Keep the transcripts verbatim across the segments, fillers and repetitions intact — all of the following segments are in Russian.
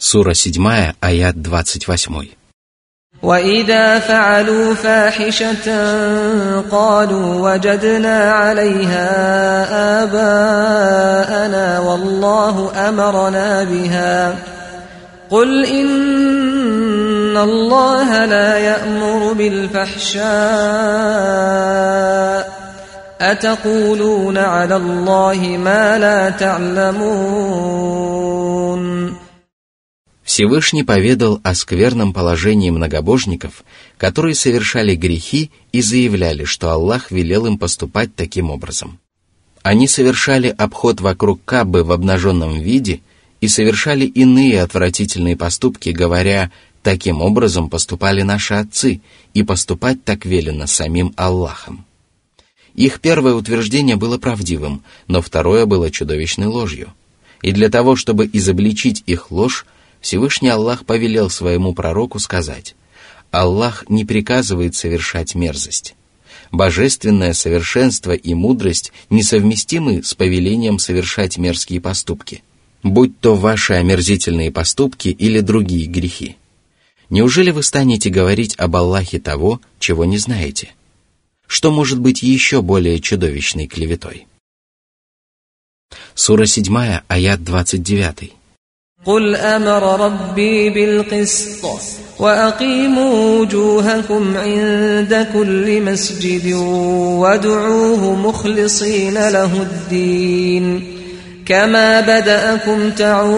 Сура седьмая, аят двадцать восемь. وَإِذَا فَعَلُوا فَاحِشَةً قَالُوا وَجَدْنَا عَلَيْهَا آبَاءَنَا وَاللَّهُ أَمَرَنَا بِهَا قُلْ إِنَّ اللَّهَ لَا يَأْمُرُ بِالْفَحْشَاءِ أَتَقُولُونَ عَلَى اللَّهِ مَا لَا تَعْلَمُونَ. Всевышний поведал о скверном положении многобожников, которые совершали грехи и заявляли, что Аллах велел им поступать таким образом. Они совершали обход вокруг Каабы в обнаженном виде и совершали иные отвратительные поступки, говоря: «Таким образом поступали наши отцы, и поступать так велено самим Аллахом». Их первое утверждение было правдивым, но второе было чудовищной ложью. И для того, чтобы изобличить их ложь, Всевышний Аллах повелел своему пророку сказать: «Аллах не приказывает совершать мерзость. Божественное совершенство и мудрость несовместимы с повелением совершать мерзкие поступки, будь то ваши омерзительные поступки или другие грехи. Неужели вы станете говорить об Аллахе того, чего не знаете? Что может быть еще более чудовищной клеветой?» Сура седьмая, аят двадцать девять. قُلْ أَمَرَ رَبِّي بِالْقِسْطِ وَأَقِيمُوا وُجُوهَكُمْ عِندَ كُلِّ مَسْجِدٍ وَادْعُوهُ مُخْلِصِينَ لَهُ الدِّينَ كَمَا بَدَأَكُمْ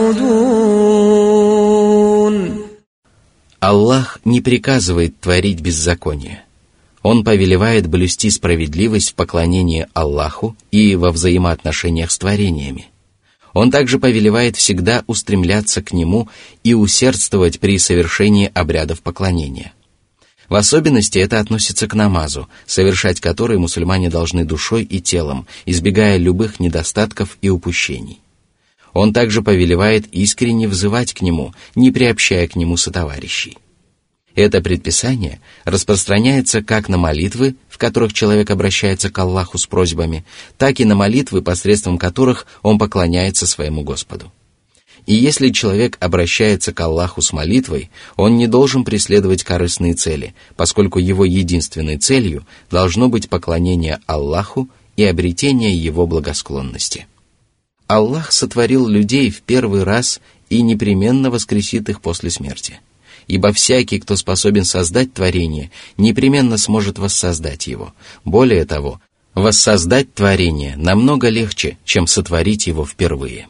تَعُودُونَ. Аллах не приказывает творить беззаконие. Он повелевает блюсти справедливость в поклонении Аллаху и во взаимоотношениях с творениями. Он также повелевает всегда устремляться к Нему и усердствовать при совершении обрядов поклонения. В особенности это относится к намазу, совершать который мусульмане должны душой и телом, избегая любых недостатков и упущений. Он также повелевает искренне взывать к Нему, не приобщая к Нему сотоварищей. Это предписание распространяется как на молитвы, в которых человек обращается к Аллаху с просьбами, так и на молитвы, посредством которых он поклоняется своему Господу. И если человек обращается к Аллаху с молитвой, он не должен преследовать корыстные цели, поскольку его единственной целью должно быть поклонение Аллаху и обретение Его благосклонности. Аллах сотворил людей в первый раз и непременно воскресит их после смерти. Ибо всякий, кто способен создать творение, непременно сможет воссоздать его. Более того, воссоздать творение намного легче, чем сотворить его впервые.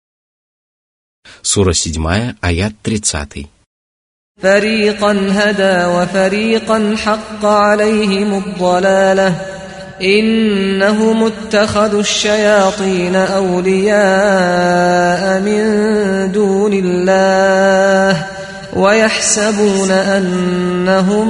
Сура седьмая, аят тридцатый. فَرِيقًا هَدَى وَفَرِيقًا حَقَّ عَلَيْهِمُ الضَّلَالَةُ إِنَّهُمُ اتَّخَذُوا الشَّيَاطِينَ أَوْلِيَاءَ مِن دُونِ اللَّهِ وَيَحْسَبُونَ أَنَّهُمْ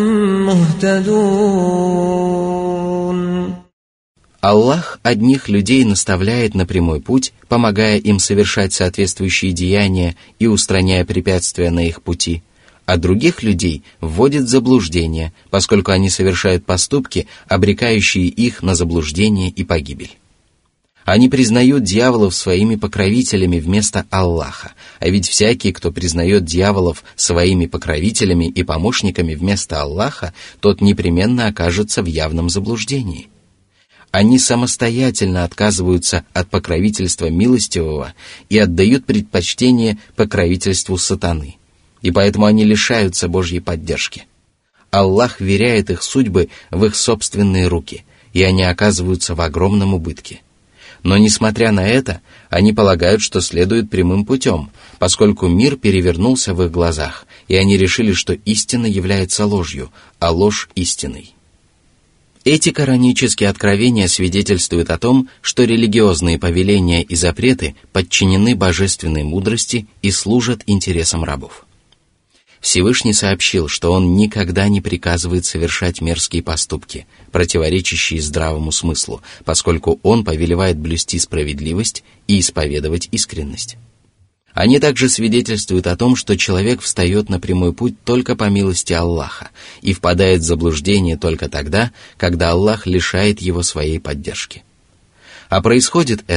مُهْتَدُونَ. Аллах одних людей наставляет на прямой путь, помогая им совершать соответствующие деяния и устраняя препятствия на их пути, а других людей вводит в заблуждение, поскольку они совершают поступки, обрекающие их на заблуждение и погибель. Они признают дьяволов своими покровителями вместо Аллаха, а ведь всякий, кто признает дьяволов своими покровителями и помощниками вместо Аллаха, тот непременно окажется в явном заблуждении. Они самостоятельно отказываются от покровительства милостивого и отдают предпочтение покровительству сатаны, и поэтому они лишаются Божьей поддержки. Аллах вверяет их судьбы в их собственные руки, и они оказываются в огромном убытке. Но, несмотря на это, они полагают, что следуют прямым путем, поскольку мир перевернулся в их глазах, и они решили, что истина является ложью, а ложь — истиной. Эти коранические откровения свидетельствуют о том, что религиозные повеления и запреты подчинены божественной мудрости и служат интересам рабов. Всевышний сообщил, что Он никогда не приказывает совершать мерзкие поступки, противоречащие здравому смыслу, поскольку Он повелевает блюсти справедливость и исповедовать искренность. Они также свидетельствуют о том, что человек встает на прямой путь только по милости Аллаха и впадает в заблуждение только тогда, когда Аллах лишает его своей поддержки. А происходит это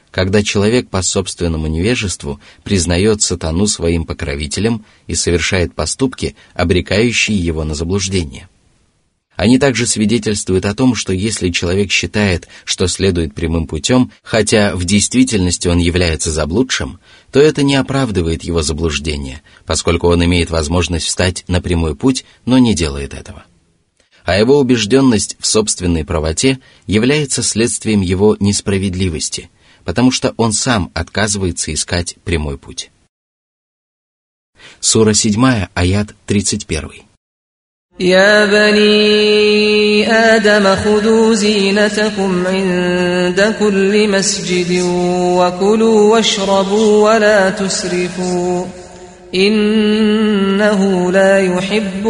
когда человек по собственному невежеству признает сатану своим покровителем и совершает поступки, обрекающие его на заблуждение. Они также свидетельствуют о том, что если человек считает, что следует прямым путем, хотя в действительности он является заблудшим, то это не оправдывает его заблуждение, поскольку он имеет возможность встать на прямой путь, но не делает этого. А его убежденность в собственной правоте является следствием его несправедливости, потому что он сам отказывается искать прямой путь. Сура семь, аят тридцать один. يا بني آدم خذوا زينتكم عند كل مسجد وكلوا واشربوا ولا تسرفوا إنه لا يحب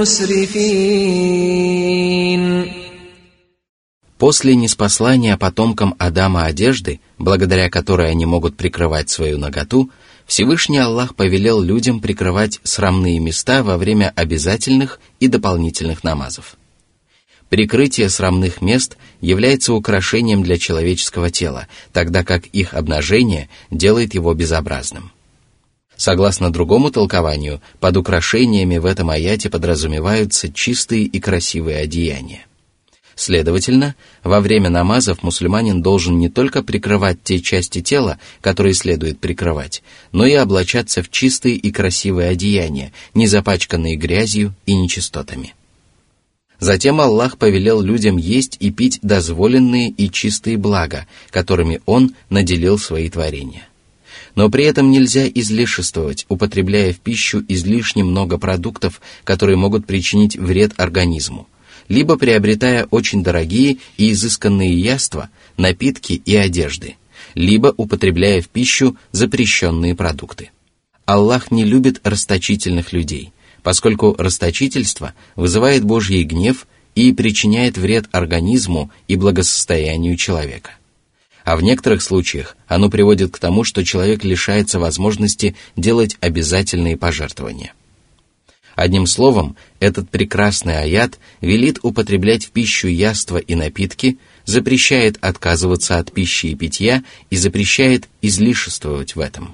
المسرفين. После ниспослания потомкам Адама одежды, благодаря которой они могут прикрывать свою наготу, Всевышний Аллах повелел людям прикрывать срамные места во время обязательных и дополнительных намазов. Прикрытие срамных мест является украшением для человеческого тела, тогда как их обнажение делает его безобразным. Согласно другому толкованию, под украшениями в этом аяте подразумеваются чистые и красивые одеяния. Следовательно, во время намазов мусульманин должен не только прикрывать те части тела, которые следует прикрывать, но и облачаться в чистые и красивые одеяния, не запачканные грязью и нечистотами. Затем Аллах повелел людям есть и пить дозволенные и чистые блага, которыми Он наделил свои творения. Но при этом нельзя излишествовать, употребляя в пищу излишне много продуктов, которые могут причинить вред организму, либо приобретая очень дорогие и изысканные яства, напитки и одежды, либо употребляя в пищу запрещенные продукты. Аллах не любит расточительных людей, поскольку расточительство вызывает Божий гнев и причиняет вред организму и благосостоянию человека. А в некоторых случаях оно приводит к тому, что человек лишается возможности делать обязательные пожертвования. Одним словом, этот прекрасный аят велит употреблять в пищу яства и напитки, запрещает отказываться от пищи и питья и запрещает излишествовать в этом.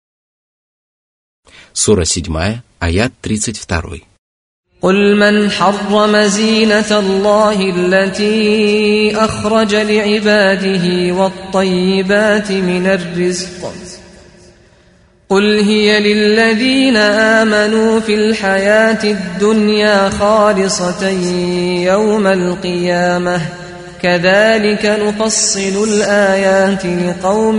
Сура семь, аят тридцать два. قل من حرم زينة الله التي أخرج لعباده والطيبات من الرزق قل هي للذين آمنوا في الحياة الدنيا خالصة يوم القيامة كذلك نفصل الآيات لقوم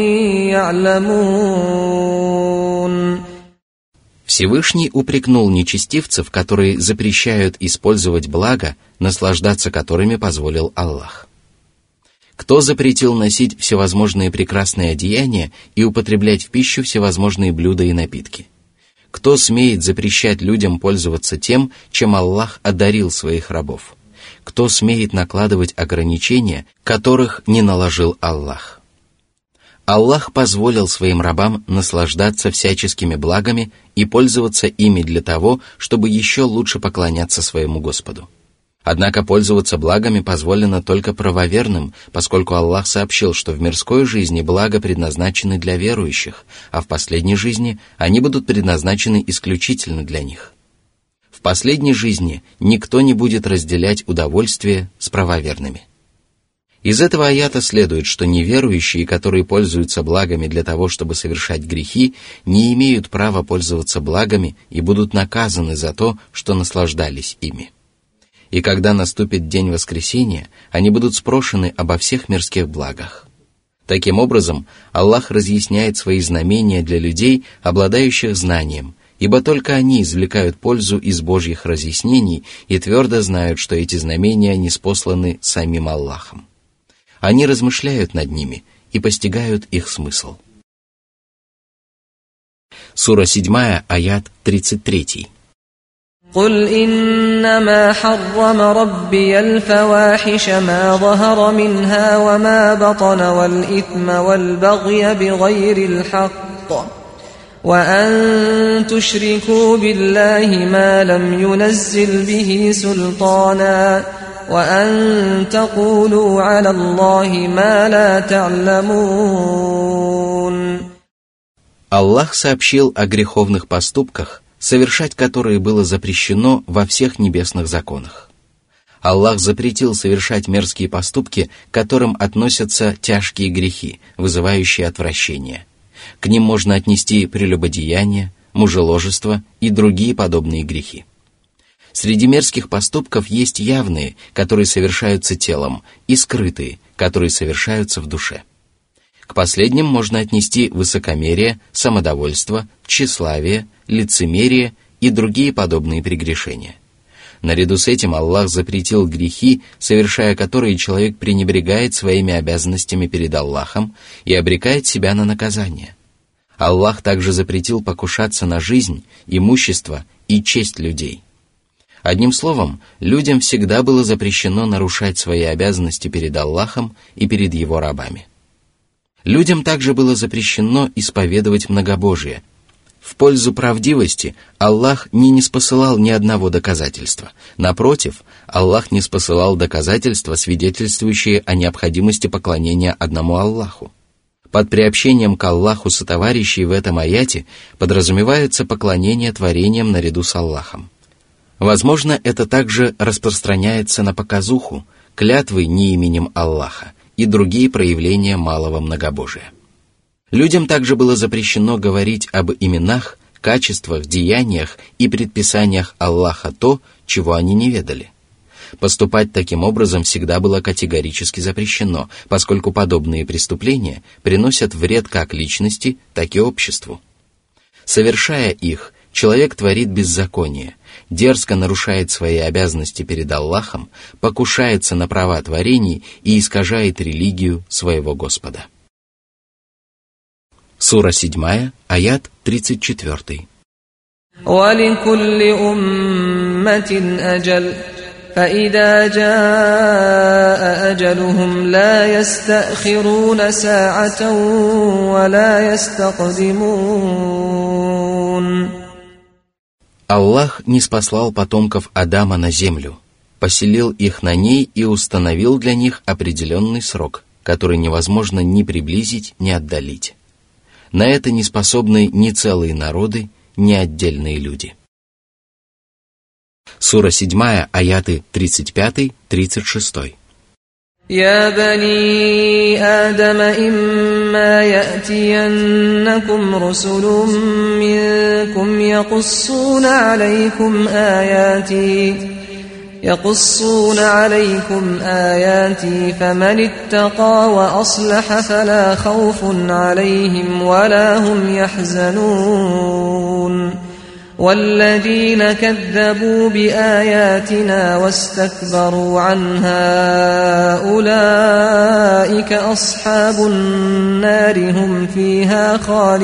يعلمون. Всевышний упрекнул нечестивцев, которые запрещают использовать блага, наслаждаться которыми позволил Аллах. Кто запретил носить всевозможные прекрасные одеяния и употреблять в пищу всевозможные блюда и напитки? Кто смеет запрещать людям пользоваться тем, чем Аллах одарил своих рабов? Кто смеет накладывать ограничения, которых не наложил Аллах? Аллах позволил своим рабам наслаждаться всяческими благами и пользоваться ими для того, чтобы еще лучше поклоняться своему Господу. Однако пользоваться благами позволено только правоверным, поскольку Аллах сообщил, что в мирской жизни блага предназначены для верующих, а в последней жизни они будут предназначены исключительно для них. В последней жизни никто не будет разделять удовольствие с правоверными. Из этого аята следует, что неверующие, которые пользуются благами для того, чтобы совершать грехи, не имеют права пользоваться благами и будут наказаны за то, что наслаждались ими. И когда наступит день воскресения, они будут спрошены обо всех мирских благах. Таким образом, Аллах разъясняет свои знамения для людей, обладающих знанием, ибо только они извлекают пользу из Божьих разъяснений и твердо знают, что эти знамения ниспосланы самим Аллахом. Они размышляют над ними и постигают их смысл. Сура семь, аят тридцать три. قل إنما حرم ربي الفواحش ما ظهر منها وما بطن والإثم والبغي بغير الحق وأن تشركوا بالله ما لم ينزل به سلطانا وأن تقولوا على الله ما لا تعلمون. Аллах сообщил о греховных поступках, совершать которые было запрещено во всех небесных законах. Аллах запретил совершать мерзкие поступки, к которым относятся тяжкие грехи, вызывающие отвращение. К ним можно отнести прелюбодеяние, мужеложество и другие подобные грехи. Среди мерзких поступков есть явные, которые совершаются телом, и скрытые, которые совершаются в душе. К последним можно отнести высокомерие, самодовольство, тщеславие, лицемерие и другие подобные прегрешения. Наряду с этим Аллах запретил грехи, совершая которые человек пренебрегает своими обязанностями перед Аллахом и обрекает себя на наказание. Аллах также запретил покушаться на жизнь, имущество и честь людей. Одним словом, людям всегда было запрещено нарушать свои обязанности перед Аллахом и перед Его рабами. Людям также было запрещено исповедовать многобожие. В пользу правдивости Аллах не ниспосылал ни одного доказательства. Напротив, Аллах ниспосылал доказательства, свидетельствующие о необходимости поклонения одному Аллаху. Под приобщением к Аллаху сотоварищей в этом аяте подразумевается поклонение творениям наряду с Аллахом. Возможно, это также распространяется на показуху, клятвы не именем Аллаха и другие проявления малого многобожия. Людям также было запрещено говорить об именах, качествах, деяниях и предписаниях Аллаха то, чего они не ведали. Поступать таким образом всегда было категорически запрещено, поскольку подобные преступления приносят вред как личности, так и обществу. Совершая их, человек творит беззаконие, дерзко нарушает свои обязанности перед Аллахом, покушается на права творений и искажает религию своего Господа. Сура седьмая, аят тридцать четвёртый. وَلِكُلِّ أُمَّةٍ أَجَلٌ فَإِذَا جَاءَ أَجَلُهُمْ لَا يَسْتَأْخِرُونَ سَاعَةً وَلَا يَسْتَقْدِمُونَ. Аллах ниспослал потомков Адама на землю, поселил их на ней и установил для них определенный срок, который невозможно ни приблизить, ни отдалить. На это не способны ни целые народы, ни отдельные люди. Сура седьмая, аяты тридцать пятый тридцать шестой. يا بني آدم إما يأتينكم رسل منكم يقصون عليكم آياتي يقصون عليكم آياتي فمن اتقى وأصلح فلا خوف عليهم ولا هم يحزنون والذين كذبوا بآياتنا واستكبروا عنها أولئك أصحاب النار هم فيها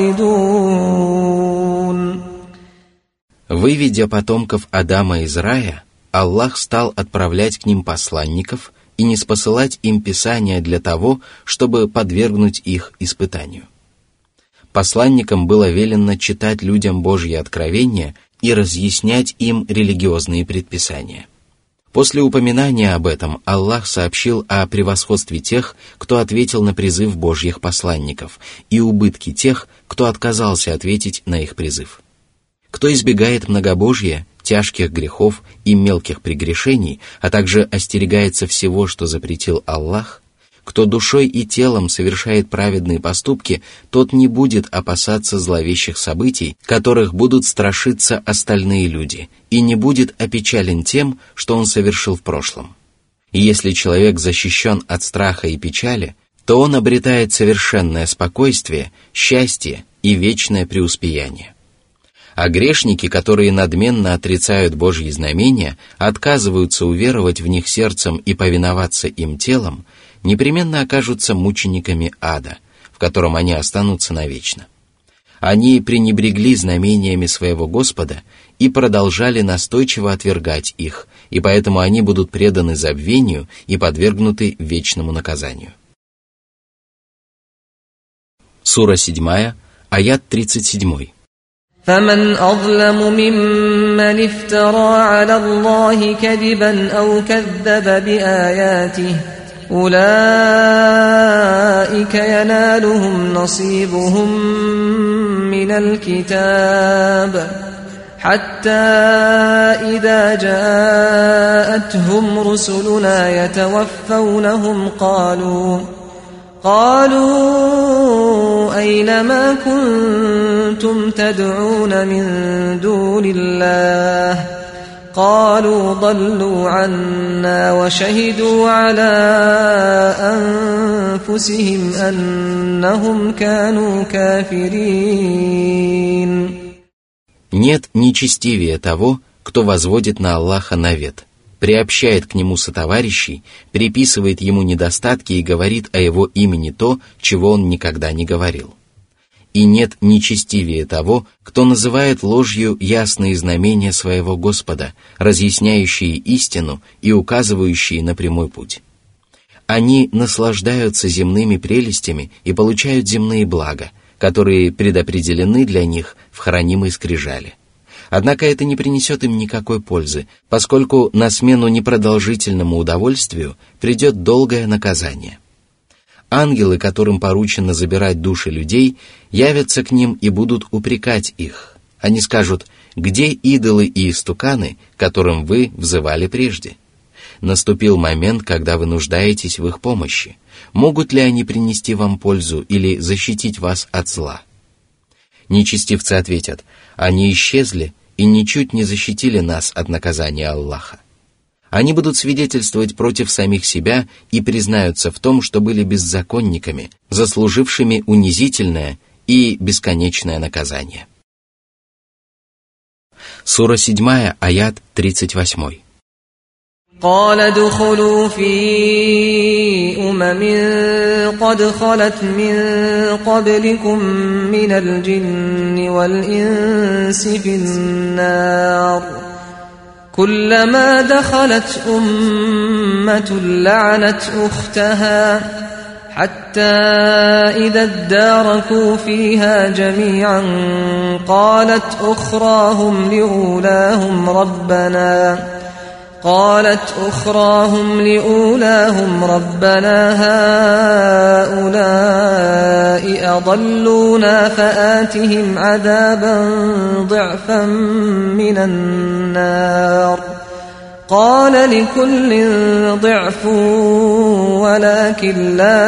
خالدون. Выведя потомков Адама из рая, Аллах стал отправлять к ним посланников и ниспосылать им писания для того, чтобы подвергнуть их испытанию. Посланникам было велено читать людям Божьи откровения и разъяснять им религиозные предписания. После упоминания об этом Аллах сообщил о превосходстве тех, кто ответил на призыв Божьих посланников, и убытке тех, кто отказался ответить на их призыв. Кто избегает многобожия, тяжких грехов и мелких прегрешений, а также остерегается всего, что запретил Аллах, кто душой и телом совершает праведные поступки, тот не будет опасаться зловещих событий, которых будут страшиться остальные люди, и не будет опечален тем, что он совершил в прошлом. И если человек защищен от страха и печали, то он обретает совершенное спокойствие, счастье и вечное преуспеяние. А грешники, которые надменно отрицают Божьи знамения, отказываются уверовать в них сердцем и повиноваться им телом, непременно окажутся мучениками ада, в котором они останутся навечно. Они пренебрегли знамениями своего Господа и продолжали настойчиво отвергать их, и поэтому они будут преданы забвению и подвергнуты вечному наказанию. Сура седьмая, аят тридцать семь. فمن أظلم ممن افترى على الله كذبا أو كذب بآياته أولئك ينالهم نصيبهم من الكتاب حتى إذا جاءتهم رسلنا يتوفونهم قالوا قالوا أين ما كنتم تدعون من دون الله قالوا ضلوا عنا وشهدوا على أنفسهم أنهم كانوا كافرين. Нет нечестивее того, кто возводит на Аллаха навет, приобщает к нему сотоварищей, приписывает ему недостатки и говорит о его имени то, чего он никогда не говорил. И нет нечестивее того, кто называет ложью ясные знамения своего Господа, разъясняющие истину и указывающие на прямой путь. Они наслаждаются земными прелестями и получают земные блага, которые предопределены для них в хранимой скрижали. Однако это не принесет им никакой пользы, поскольку на смену непродолжительному удовольствию придет долгое наказание. Ангелы, которым поручено забирать души людей, явятся к ним и будут упрекать их. Они скажут: «Где идолы и истуканы, которым вы взывали прежде? Наступил момент, когда вы нуждаетесь в их помощи. Могут ли они принести вам пользу или защитить вас от зла?» Нечестивцы ответят: «Они исчезли и ничуть не защитили нас от наказания Аллаха». Они будут свидетельствовать против самих себя и признаются в том, что были беззаконниками, заслужившими унизительное и бесконечное наказание. Сура седьмая, аят тридцать восемь. قال ادخلوا في أمم قد خلت من قبلكم من الجن والإنس في النار كلما دخلت أمة لعنت أختها حتى إذا اداركوا فيها جميعا قالت أخراهم لأولاهم ربنا قالت أخراهم لأولاهم ربنا هؤلاء أضلونا فآتهم عذابا ضعفا من النار قال لكل ضعف ولكن لا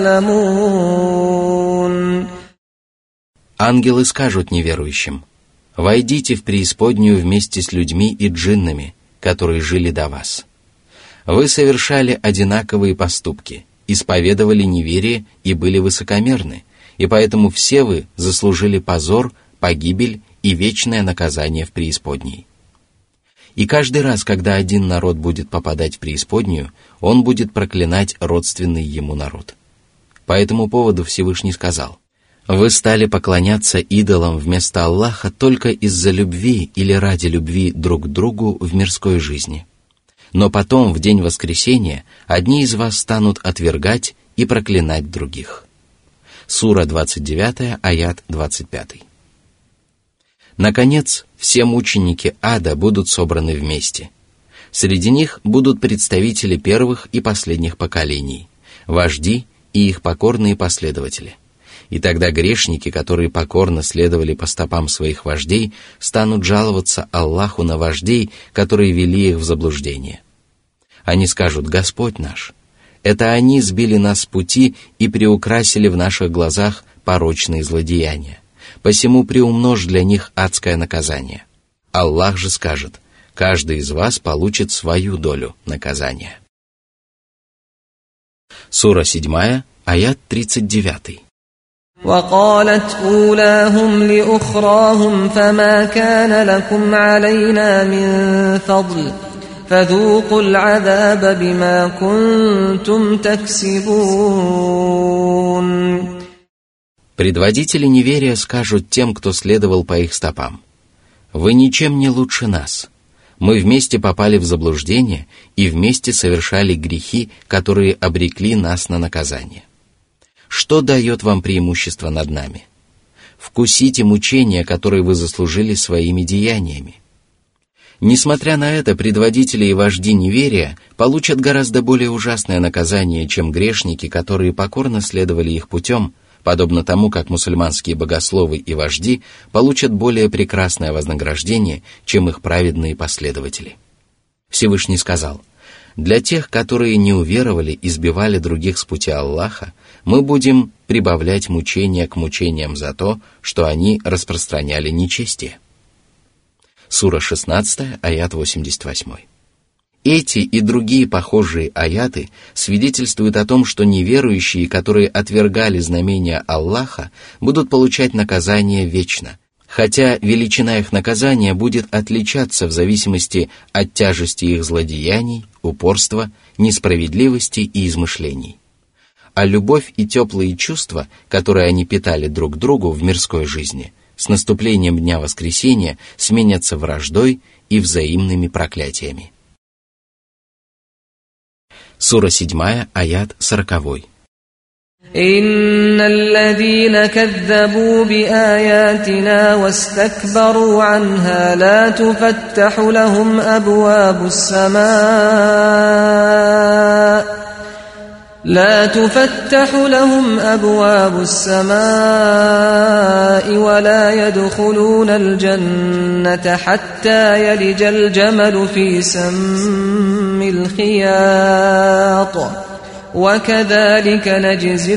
تعلمون. Ангелы скажут неверующим: «Войдите в преисподнюю вместе с людьми и джиннами, которые жили до вас. Вы совершали одинаковые поступки, исповедовали неверие и были высокомерны, и поэтому все вы заслужили позор, погибель и вечное наказание в преисподней». И каждый раз, когда один народ будет попадать в преисподнюю, он будет проклинать родственный ему народ. По этому поводу Всевышний сказал: «Вы стали поклоняться идолам вместо Аллаха только из-за любви или ради любви друг к другу в мирской жизни. Но потом, в день воскресения, одни из вас станут отвергать и проклинать других». Сура двадцать девятая, аят двадцать пятый. Наконец, все мученики ада будут собраны вместе. Среди них будут представители первых и последних поколений, вожди и их покорные последователи. И тогда грешники, которые покорно следовали по стопам своих вождей, станут жаловаться Аллаху на вождей, которые вели их в заблуждение. Они скажут: «Господь наш, это они сбили нас с пути и приукрасили в наших глазах порочные злодеяния. Посему приумножь для них адское наказание». Аллах же скажет: «Каждый из вас получит свою долю наказания». Сура седьмая, аят тридцать девятый. وقالت أولاهم لأخراهم فما كان لكم علينا من فضل فذوقوا العذاب بما كنتم تكسبون. Предводители неверия скажут тем, кто следовал по их стопам: «Вы ничем не лучше нас. Мы вместе попали в заблуждение и вместе совершали грехи, которые обрекли нас на наказание. Что дает вам преимущество над нами? вкусите мучения, которые вы заслужили своими деяниями. Несмотря на это, предводители и вожди неверия получат гораздо более ужасное наказание, чем грешники, которые покорно следовали их путем, подобно тому, как мусульманские богословы и вожди получат более прекрасное вознаграждение, чем их праведные последователи. Всевышний сказал: «Для тех, которые не уверовали и сбивали других с пути Аллаха, мы будем прибавлять мучения к мучениям за то, что они распространяли нечестие». Сура шестнадцатая, аят восемьдесят восемь. Эти и другие похожие аяты свидетельствуют о том, что неверующие, которые отвергали знамения Аллаха, будут получать наказание вечно, хотя величина их наказания будет отличаться в зависимости от тяжести их злодеяний, упорства, несправедливости и измышлений. А любовь и теплые чувства, которые они питали друг к другу в мирской жизни, с наступлением Дня Воскресения сменятся враждой и взаимными проклятиями. Сура седьмая, аят сороковой. إن الذين كذبوا بآياتنا واستكبروا عنها لا تفتح لهم أبواب السماء لا تفتح لهم أبواب السماء ولا يدخلون الجنة حتى يلج الجمل في سم الخياط وكذلك نجزي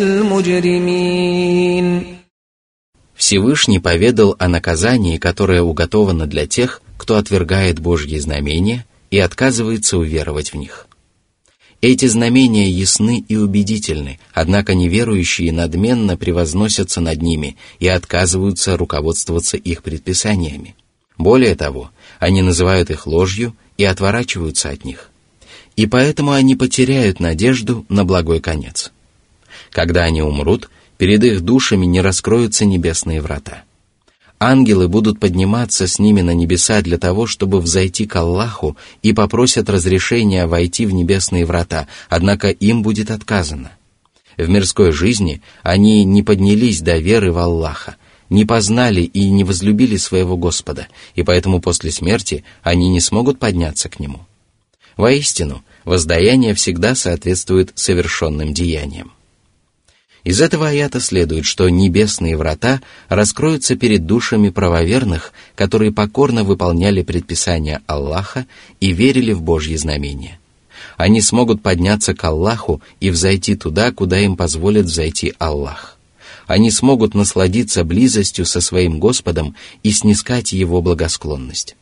المجرمين. Всевышний поведал о наказании, которое уготовано для тех, кто отвергает Божьи знамения и отказывается уверовать в них. Эти знамения ясны и убедительны, однако неверующие надменно превозносятся над ними и отказываются руководствоваться их предписаниями. Более того, они называют их ложью и отворачиваются от них. И поэтому они потеряют надежду на благой конец. Когда они умрут, перед их душами не раскроются небесные врата. Ангелы будут подниматься с ними на небеса для того, чтобы взойти к Аллаху и попросят разрешения войти в небесные врата, однако им будет отказано. В мирской жизни они не поднялись до веры в Аллаха, не познали и не возлюбили своего Господа, и поэтому после смерти они не смогут подняться к Нему. Воистину, воздаяние всегда соответствует совершенным деяниям. Из этого аята следует, что небесные врата раскроются перед душами правоверных, которые покорно выполняли предписания Аллаха и верили в Божьи знамения. Они смогут подняться к Аллаху и взойти туда, куда им позволит взойти Аллах. Они смогут насладиться близостью со своим Господом и снискать Его благосклонность.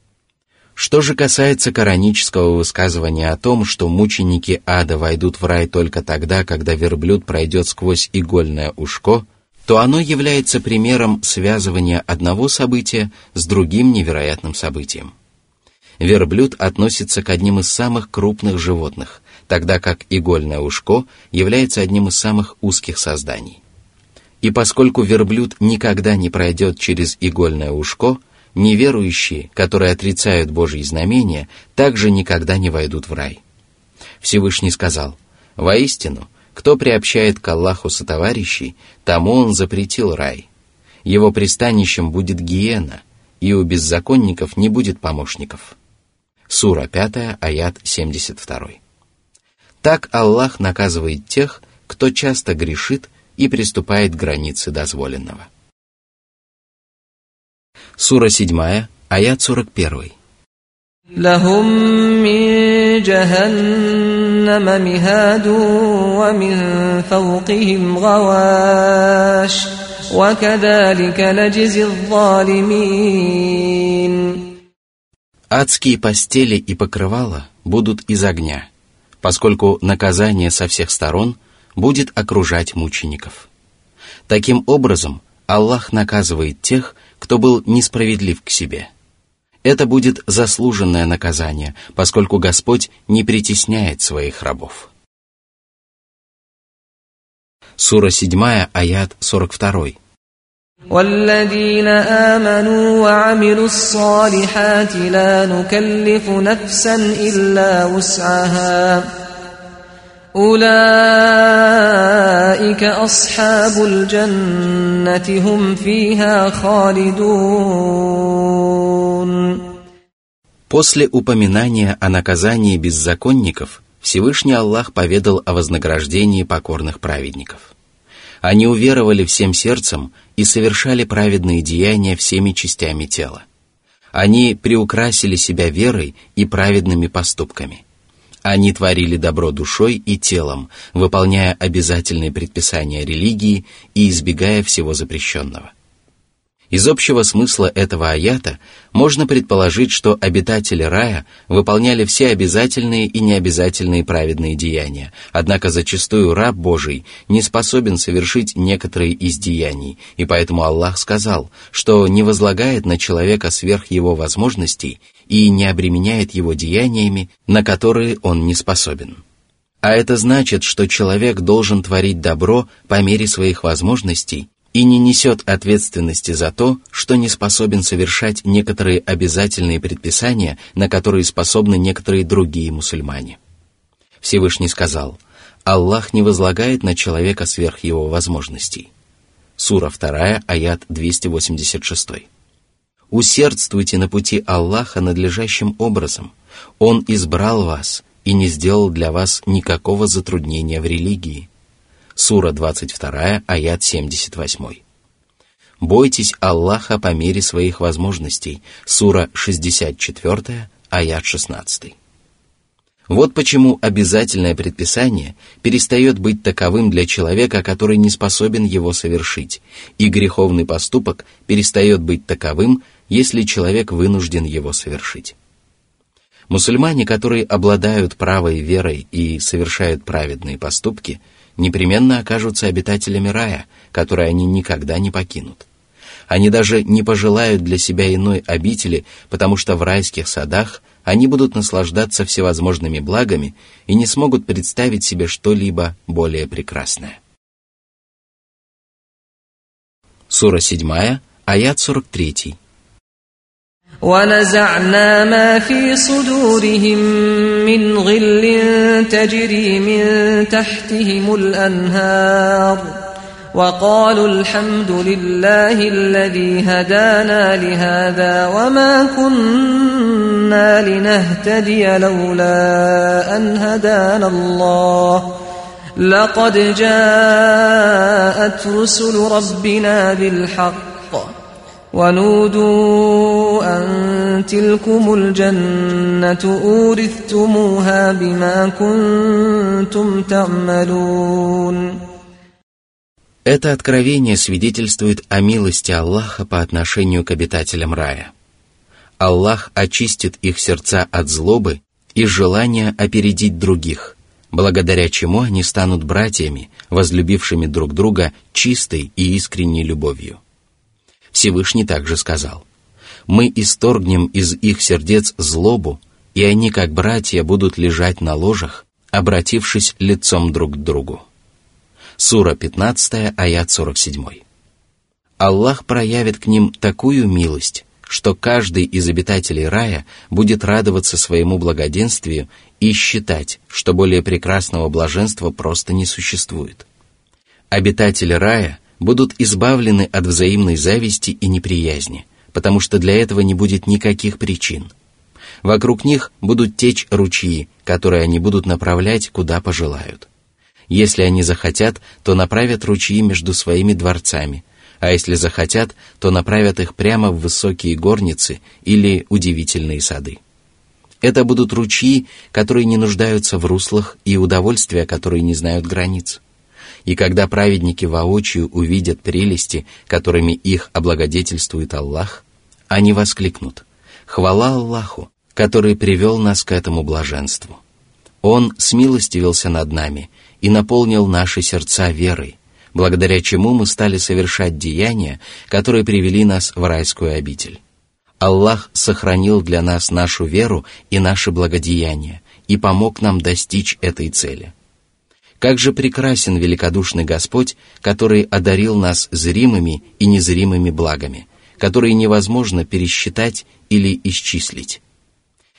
Что же касается коранического высказывания о том, что мученики ада войдут в рай только тогда, когда верблюд пройдет сквозь игольное ушко, то оно является примером связывания одного события с другим невероятным событием. Верблюд относится к одним из самых крупных животных, тогда как игольное ушко является одним из самых узких созданий. И поскольку верблюд никогда не пройдет через игольное ушко, неверующие, которые отрицают Божьи знамения, также никогда не войдут в рай. Всевышний сказал: «Воистину, кто приобщает к Аллаху сотоварищей, тому Он запретил рай. Его пристанищем будет гиена, и у беззаконников не будет помощников». Сура пятая, аят семьдесят два. Так Аллах наказывает тех, кто часто грешит и приступает к границе дозволенного. Сура седьмая, аят сорок один. لهم من جهنم مهاد ومن فوقهم غواش وكذلك نجزي الظالمين. Адские постели и покрывала будут из огня, поскольку наказание со всех сторон будет окружать мучеников. Таким образом, Аллах наказывает тех, кто был несправедлив к себе. Это будет заслуженное наказание, поскольку Господь не притесняет своих рабов. Сура седьмая, аят сорок два. والذين آمنوا وعملوا الصالحات لا نكلف نفسا إلا وسعها أولئك أصحاب الجنة هم فيها خالدون. После упоминания о наказании беззаконников, Всевышний Аллах поведал о вознаграждении покорных праведников. Они уверовали всем сердцем и совершали праведные деяния всеми частями тела. Они приукрасили себя верой и праведными поступками. Они творили добро душой и телом, выполняя обязательные предписания религии и избегая всего запрещенного. Из общего смысла этого аята можно предположить, что обитатели рая выполняли все обязательные и необязательные праведные деяния, однако зачастую раб Божий не способен совершить некоторые из деяний, и поэтому Аллах сказал, что не возлагает на человека сверх его возможностей и не обременяет его деяниями, на которые он не способен. А это значит, что человек должен творить добро по мере своих возможностей и не несет ответственности за то, что не способен совершать некоторые обязательные предписания, на которые способны некоторые другие мусульмане. Всевышний сказал: «Аллах не возлагает на человека сверх его возможностей». Сура два, аят двести восемьдесят шесть. «Усердствуйте на пути Аллаха надлежащим образом. Он избрал вас и не сделал для вас никакого затруднения в религии». Сура двадцать два, аят семьдесят восемь. «Бойтесь Аллаха по мере своих возможностей». Сура шестьдесят четыре, аят шестнадцать. Вот почему обязательное предписание перестает быть таковым для человека, который не способен его совершить, и греховный поступок перестает быть таковым, если человек вынужден его совершить. Мусульмане, которые обладают правой верой и совершают праведные поступки, непременно окажутся обитателями рая, который они никогда не покинут. Они даже не пожелают для себя иной обители, потому что в райских садах они будут наслаждаться всевозможными благами и не смогут представить себе что-либо более прекрасное. Сура семь, аят сорок три. ونزعنا ما في صدورهم من غل تجري من تحتهم الأنهار وقالوا الحمد لله الذي هدانا لهذا وما كنا لنهتدي لولا أن هدانا الله لقد جاءت رسل ربنا بالحق ونودوا أن تلكم الجنة أورثتموها بما كنتم تعملون. Это откровение свидетельствует о милости Аллаха по отношению к обитателям рая. Аллах очистит их сердца от злобы и желания опередить других, благодаря чему они станут братьями, возлюбившими друг друга чистой и искренней любовью. Всевышний также сказал: «Мы исторгнем из их сердец злобу, и они, как братья, будут лежать на ложах, обратившись лицом друг к другу». Сура пятнадцать, аят сорок семь. Аллах проявит к ним такую милость, что каждый из обитателей рая будет радоваться своему благоденствию и считать, что более прекрасного блаженства просто не существует. Обитатели рая будут избавлены от взаимной зависти и неприязни, потому что для этого не будет никаких причин. Вокруг них будут течь ручьи, которые они будут направлять, куда пожелают. Если они захотят, то направят ручьи между своими дворцами, а если захотят, то направят их прямо в высокие горницы или удивительные сады. Это будут ручьи, которые не нуждаются в руслах, и удовольствия, которые не знают границ. И когда праведники воочию увидят прелести, которыми их облагодетельствует Аллах, они воскликнут: «Хвала Аллаху, который привел нас к этому блаженству! Он смилостивился над нами и наполнил наши сердца верой, благодаря чему мы стали совершать деяния, которые привели нас в райскую обитель. Аллах сохранил для нас нашу веру и наши благодеяния и помог нам достичь этой цели. Как же прекрасен великодушный Господь, который одарил нас зримыми и незримыми благами, которые невозможно пересчитать или исчислить.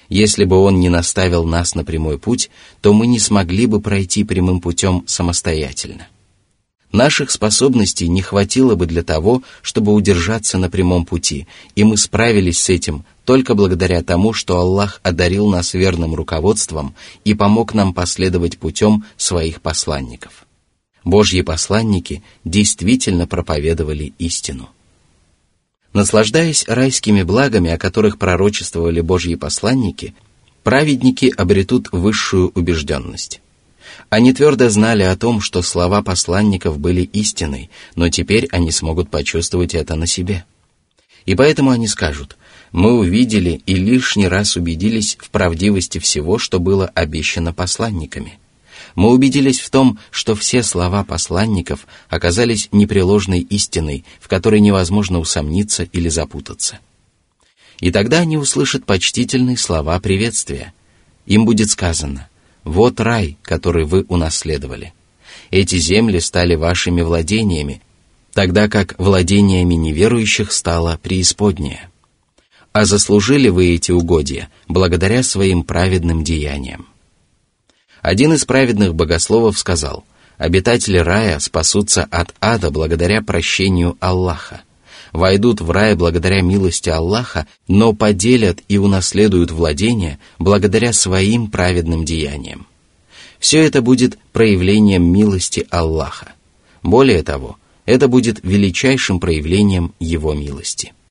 Если бы Он не наставил нас на прямой путь, то мы не смогли бы пройти прямым путем самостоятельно. Наших способностей не хватило бы для того, чтобы удержаться на прямом пути, и мы справились с этим только благодаря тому, что Аллах одарил нас верным руководством и помог нам последовать путем своих посланников. Божьи посланники действительно проповедовали истину. Наслаждаясь райскими благами, о которых пророчествовали Божьи посланники, праведники обретут высшую убежденность. Они твердо знали о том, что слова посланников были истиной, но теперь они смогут почувствовать это на себе. И поэтому они скажут: «Мы увидели и лишний раз убедились в правдивости всего, что было обещано посланниками. Мы убедились в том, что все слова посланников оказались непреложной истиной, в которой невозможно усомниться или запутаться». И тогда они услышат почтительные слова приветствия. Им будет сказано: «Вот рай, который вы унаследовали. Эти земли стали вашими владениями, тогда как владениями неверующих стала преисподняя. А заслужили вы эти угодья благодаря своим праведным деяниям». Один из праведных богословов сказал: «Обитатели рая спасутся от ада благодаря прощению Аллаха, войдут в рай благодаря милости Аллаха, но поделят и унаследуют владения благодаря своим праведным деяниям. Все это будет проявлением милости Аллаха. Более того, это будет величайшим проявлением Его милости».